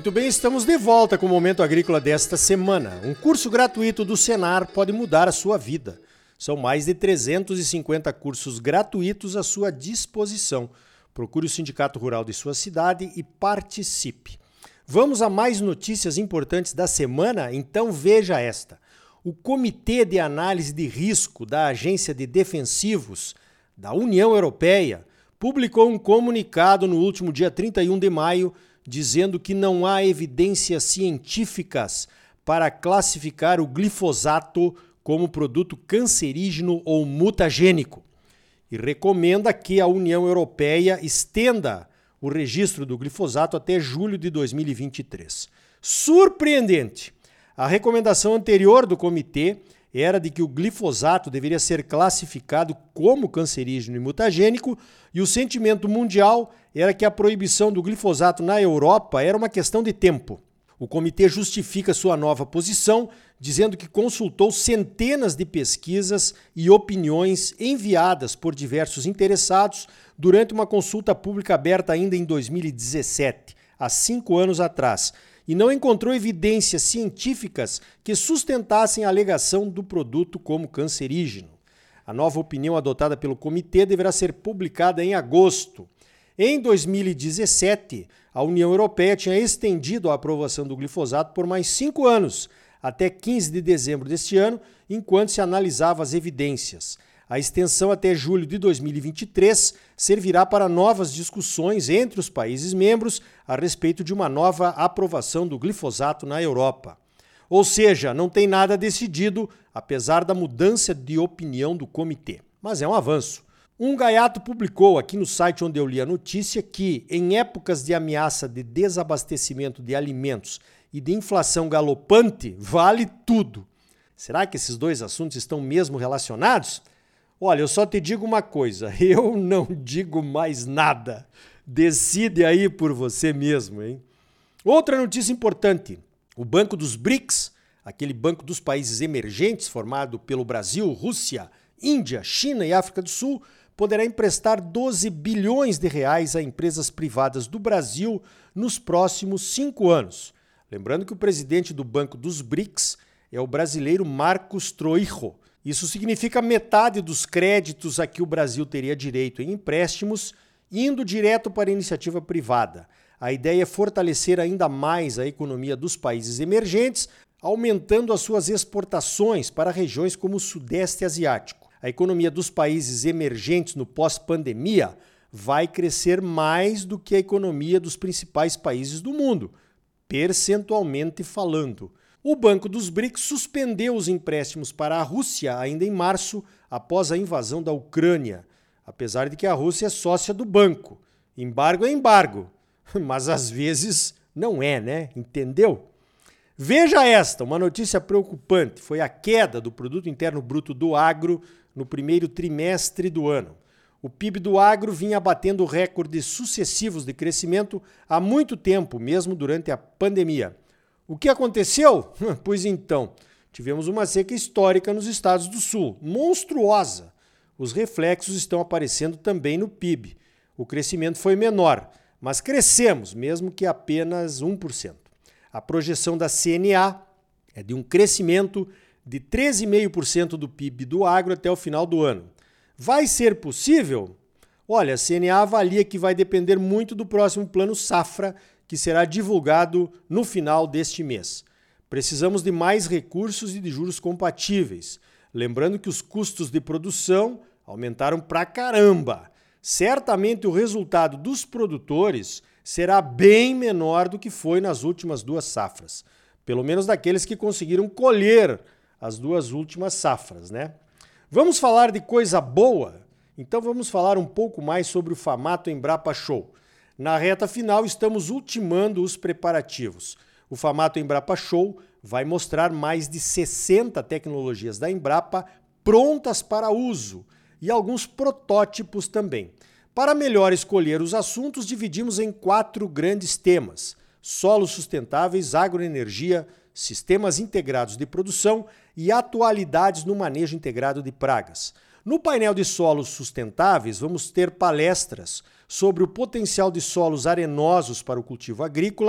Muito bem, estamos de volta com o Momento Agrícola desta semana. Um curso gratuito do Senar pode mudar a sua vida. São mais de 350 cursos gratuitos à sua disposição. Procure o Sindicato Rural de sua cidade e participe. Vamos a mais notícias importantes da semana? Então veja esta. O Comitê de Análise de Risco da Agência de Defensivos da União Europeia publicou um comunicado no último dia 31 de maio dizendo que não há evidências científicas para classificar o glifosato como produto cancerígeno ou mutagênico e recomenda que a União Europeia estenda o registro do glifosato até julho de 2023. Surpreendente! A recomendação anterior do comitê era de que o glifosato deveria ser classificado como cancerígeno e mutagênico e o sentimento mundial era que a proibição do glifosato na Europa era uma questão de tempo. O comitê justifica sua nova posição dizendo que consultou centenas de pesquisas e opiniões enviadas por diversos interessados durante uma consulta pública aberta ainda em 2017, há 5 anos atrás, e não encontrou evidências científicas que sustentassem a alegação do produto como cancerígeno. A nova opinião adotada pelo comitê deverá ser publicada em agosto. Em 2017, a União Europeia tinha estendido a aprovação do glifosato por mais 5 anos, até 15 de dezembro deste ano, enquanto se analisava as evidências. A extensão até julho de 2023 servirá para novas discussões entre os países membros a respeito de uma nova aprovação do glifosato na Europa. Ou seja, não tem nada decidido, apesar da mudança de opinião do comitê. Mas é um avanço. Um gaiato publicou aqui no site onde eu li a notícia que, em épocas de ameaça de desabastecimento de alimentos e de inflação galopante, vale tudo. Será que esses dois assuntos estão mesmo relacionados? Olha, eu só te digo uma coisa, eu não digo mais nada. Decide aí por você mesmo, hein? Outra notícia importante, o Banco dos BRICS, aquele banco dos países emergentes formado pelo Brasil, Rússia, Índia, China e África do Sul, poderá emprestar 12 bilhões de reais a empresas privadas do Brasil nos próximos 5 anos. Lembrando que o presidente do Banco dos BRICS é o brasileiro Marcos Troijo. Isso significa metade dos créditos a que o Brasil teria direito em empréstimos, indo direto para a iniciativa privada. A ideia é fortalecer ainda mais a economia dos países emergentes, aumentando as suas exportações para regiões como o Sudeste Asiático. A economia dos países emergentes no pós-pandemia vai crescer mais do que a economia dos principais países do mundo, percentualmente falando. O Banco dos BRICS suspendeu os empréstimos para a Rússia ainda em março, após a invasão da Ucrânia, apesar de que a Rússia é sócia do banco. Embargo é embargo, mas às vezes não é, né? Entendeu? Veja esta, uma notícia preocupante, foi a queda do Produto Interno Bruto do agro no primeiro trimestre do ano. O PIB do agro vinha batendo recordes sucessivos de crescimento há muito tempo, mesmo durante a pandemia. O que aconteceu? Pois então, tivemos uma seca histórica nos estados do sul, monstruosa. Os reflexos estão aparecendo também no PIB. O crescimento foi menor, mas crescemos, mesmo que apenas 1%. A projeção da CNA é de um crescimento de 13,5% do PIB do agro até o final do ano. Vai ser possível? Olha, a CNA avalia que vai depender muito do próximo Plano Safra, que será divulgado no final deste mês. Precisamos de mais recursos e de juros compatíveis. Lembrando que os custos de produção aumentaram pra caramba. Certamente o resultado dos produtores será bem menor do que foi nas últimas 2 safras. Pelo menos daqueles que conseguiram colher as 2 últimas safras, né? Vamos falar de coisa boa? Então vamos falar um pouco mais sobre o Famato Embrapa Show. Na reta final, estamos ultimando os preparativos. O Famato Embrapa Show vai mostrar mais de 60 tecnologias da Embrapa prontas para uso e alguns protótipos também. Para melhor escolher os assuntos, dividimos em 4 grandes temas: solos sustentáveis, agroenergia, sistemas integrados de produção e atualidades no manejo integrado de pragas. No painel de solos sustentáveis, vamos ter palestras sobre o potencial de solos arenosos para o cultivo agrícola,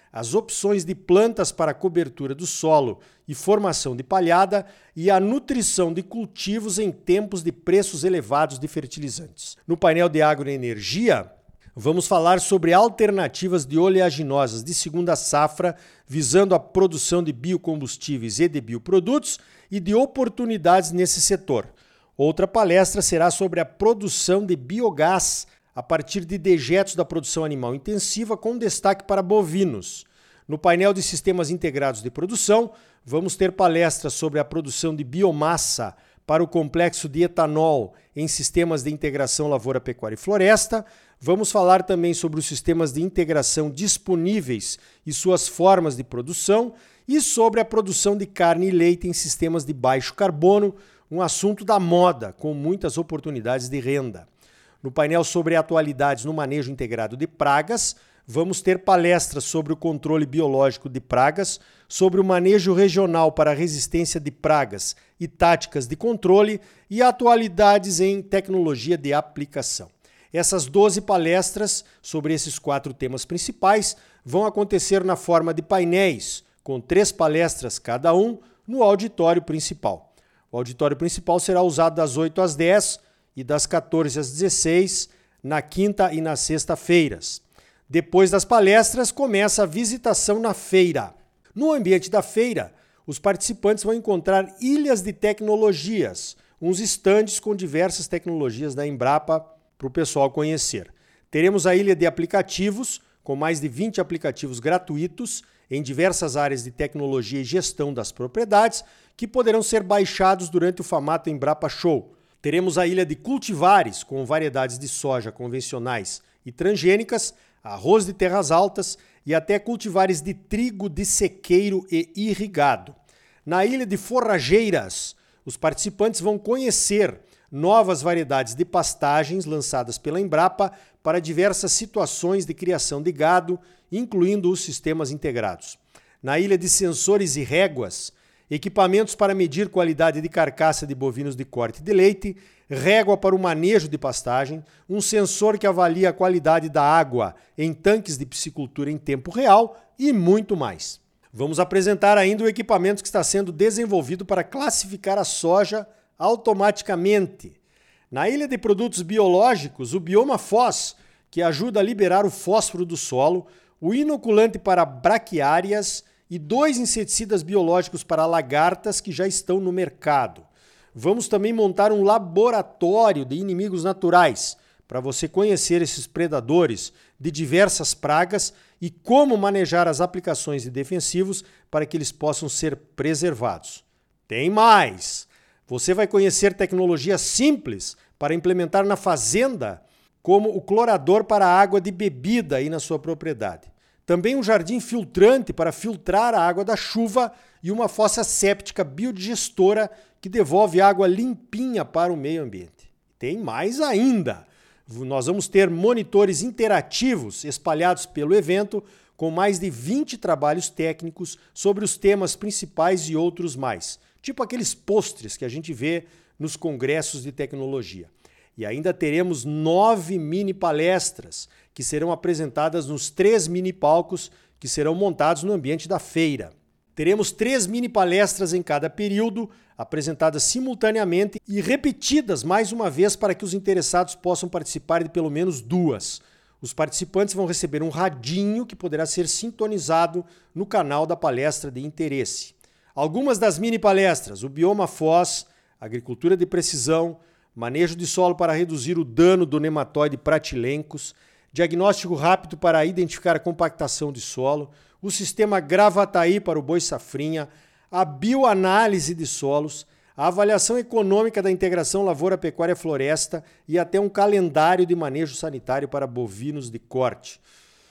as opções de plantas para cobertura do solo e formação de palhada e a nutrição de cultivos em tempos de preços elevados de fertilizantes. No painel de agroenergia, vamos falar sobre alternativas de oleaginosas de segunda safra, visando a produção de biocombustíveis e de bioprodutos e de oportunidades nesse setor. Outra palestra será sobre a produção de biogás a partir de dejetos da produção animal intensiva, com destaque para bovinos. No painel de sistemas integrados de produção, vamos ter palestras sobre a produção de biomassa para o complexo de etanol em sistemas de integração lavoura, pecuária e floresta. Vamos falar também sobre os sistemas de integração disponíveis e suas formas de produção e sobre a produção de carne e leite em sistemas de baixo carbono, um assunto da moda, com muitas oportunidades de renda. No painel sobre atualidades no manejo integrado de pragas, vamos ter palestras sobre o controle biológico de pragas, sobre o manejo regional para a resistência de pragas e táticas de controle e atualidades em tecnologia de aplicação. Essas 12 palestras sobre esses 4 temas principais vão acontecer na forma de painéis, com 3 palestras cada um no auditório principal. O auditório principal será usado das 8 às 10 e das 14 às 16, na quinta e na sexta-feiras. Depois das palestras, começa a visitação na feira. No ambiente da feira, os participantes vão encontrar ilhas de tecnologias, uns estandes com diversas tecnologias da Embrapa para o pessoal conhecer. Teremos a ilha de aplicativos, com mais de 20 aplicativos gratuitos em diversas áreas de tecnologia e gestão das propriedades, que poderão ser baixados durante o Famato Embrapa Show. Teremos a ilha de cultivares, com variedades de soja convencionais e transgênicas, arroz de terras altas e até cultivares de trigo de sequeiro e irrigado. Na ilha de forrageiras, os participantes vão conhecer novas variedades de pastagens lançadas pela Embrapa para diversas situações de criação de gado, incluindo os sistemas integrados. Na ilha de sensores e réguas, equipamentos para medir qualidade de carcaça de bovinos de corte de leite, régua para o manejo de pastagem, um sensor que avalia a qualidade da água em tanques de piscicultura em tempo real e muito mais. Vamos apresentar ainda o equipamento que está sendo desenvolvido para classificar a soja automaticamente. Na ilha de produtos biológicos, o Bioma Fós, que ajuda a liberar o fósforo do solo, o inoculante para braquiárias e 2 inseticidas biológicos para lagartas que já estão no mercado. Vamos também montar um laboratório de inimigos naturais para você conhecer esses predadores de diversas pragas e como manejar as aplicações de defensivos para que eles possam ser preservados. Tem mais! Você vai conhecer tecnologias simples para implementar na fazenda, como o clorador para água de bebida aí na sua propriedade. Também um jardim filtrante para filtrar a água da chuva e uma fossa séptica biodigestora que devolve água limpinha para o meio ambiente. Tem mais ainda! Nós vamos ter monitores interativos espalhados pelo evento com mais de 20 trabalhos técnicos sobre os temas principais e outros mais, tipo aqueles pôsteres que a gente vê nos congressos de tecnologia. E ainda teremos 9 mini palestras que serão apresentadas nos 3 mini palcos que serão montados no ambiente da feira. Teremos 3 mini palestras em cada período, apresentadas simultaneamente e repetidas mais uma vez para que os interessados possam participar de pelo menos 2. Os participantes vão receber um radinho que poderá ser sintonizado no canal da palestra de interesse. Algumas das mini palestras: o Bioma Fós, agricultura de precisão, manejo de solo para reduzir o dano do nematóide pratilencos, diagnóstico rápido para identificar a compactação de solo, o sistema Gravataí para o boi safrinha, a bioanálise de solos, a avaliação econômica da integração lavoura-pecuária-floresta e até um calendário de manejo sanitário para bovinos de corte.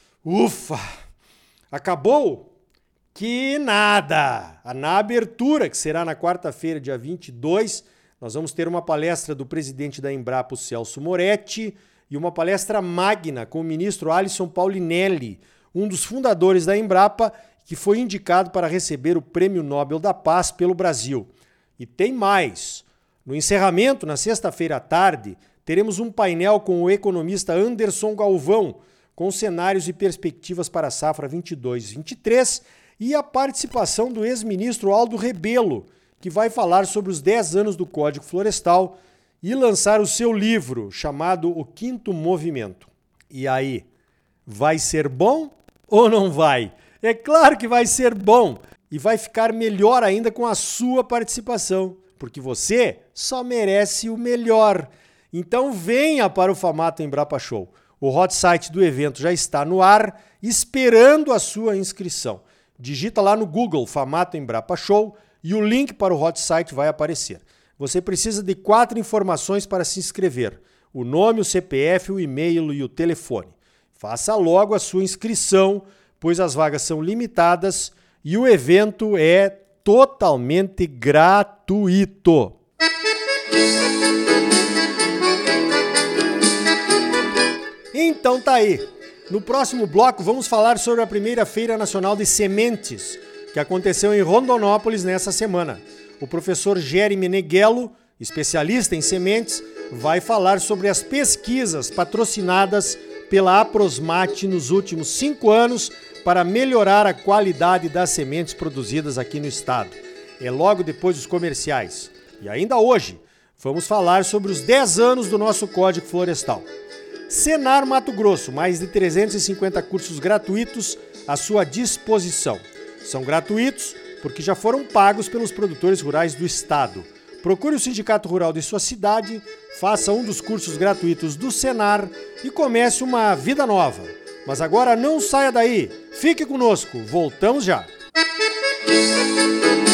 Ufa! Acabou? Que nada! Na abertura, que será na quarta-feira, dia 22, nós vamos ter uma palestra do presidente da Embrapa, o Celso Moretti, e uma palestra magna com o ministro Alisson Paulinelli, um dos fundadores da Embrapa, que foi indicado para receber o Prêmio Nobel da Paz pelo Brasil. E tem mais. No encerramento, na sexta-feira à tarde, teremos um painel com o economista Anderson Galvão, com cenários e perspectivas para a safra 22-23 e a participação do ex-ministro Aldo Rebelo, que vai falar sobre os 10 anos do Código Florestal e lançar o seu livro chamado O Quinto Movimento. E aí, vai ser bom ou não vai? É claro que vai ser bom e vai ficar melhor ainda com a sua participação, porque você só merece o melhor. Então venha para o Famato Embrapa Show. O hot site do evento já está no ar, esperando a sua inscrição. Digita lá no Google Famato Embrapa Show e o link para o hot site vai aparecer. Você precisa de 4 informações para se inscrever: o nome, o CPF, o e-mail e o telefone. Faça logo a sua inscrição, pois as vagas são limitadas e o evento é totalmente gratuito. Então tá aí. No próximo bloco vamos falar sobre a primeira Feira Nacional de Sementes, que aconteceu em Rondonópolis nessa semana. O professor Jeremy Neghello, especialista em sementes, vai falar sobre as pesquisas patrocinadas pela Aprosmate nos últimos 5 anos para melhorar a qualidade das sementes produzidas aqui no estado. É logo depois dos comerciais. E ainda hoje, vamos falar sobre os 10 anos do nosso Código Florestal. Senar Mato Grosso, mais de 350 cursos gratuitos à sua disposição. São gratuitos porque já foram pagos pelos produtores rurais do estado. Procure o Sindicato Rural de sua cidade, faça um dos cursos gratuitos do Senar e comece uma vida nova. Mas agora não saia daí, fique conosco, voltamos já!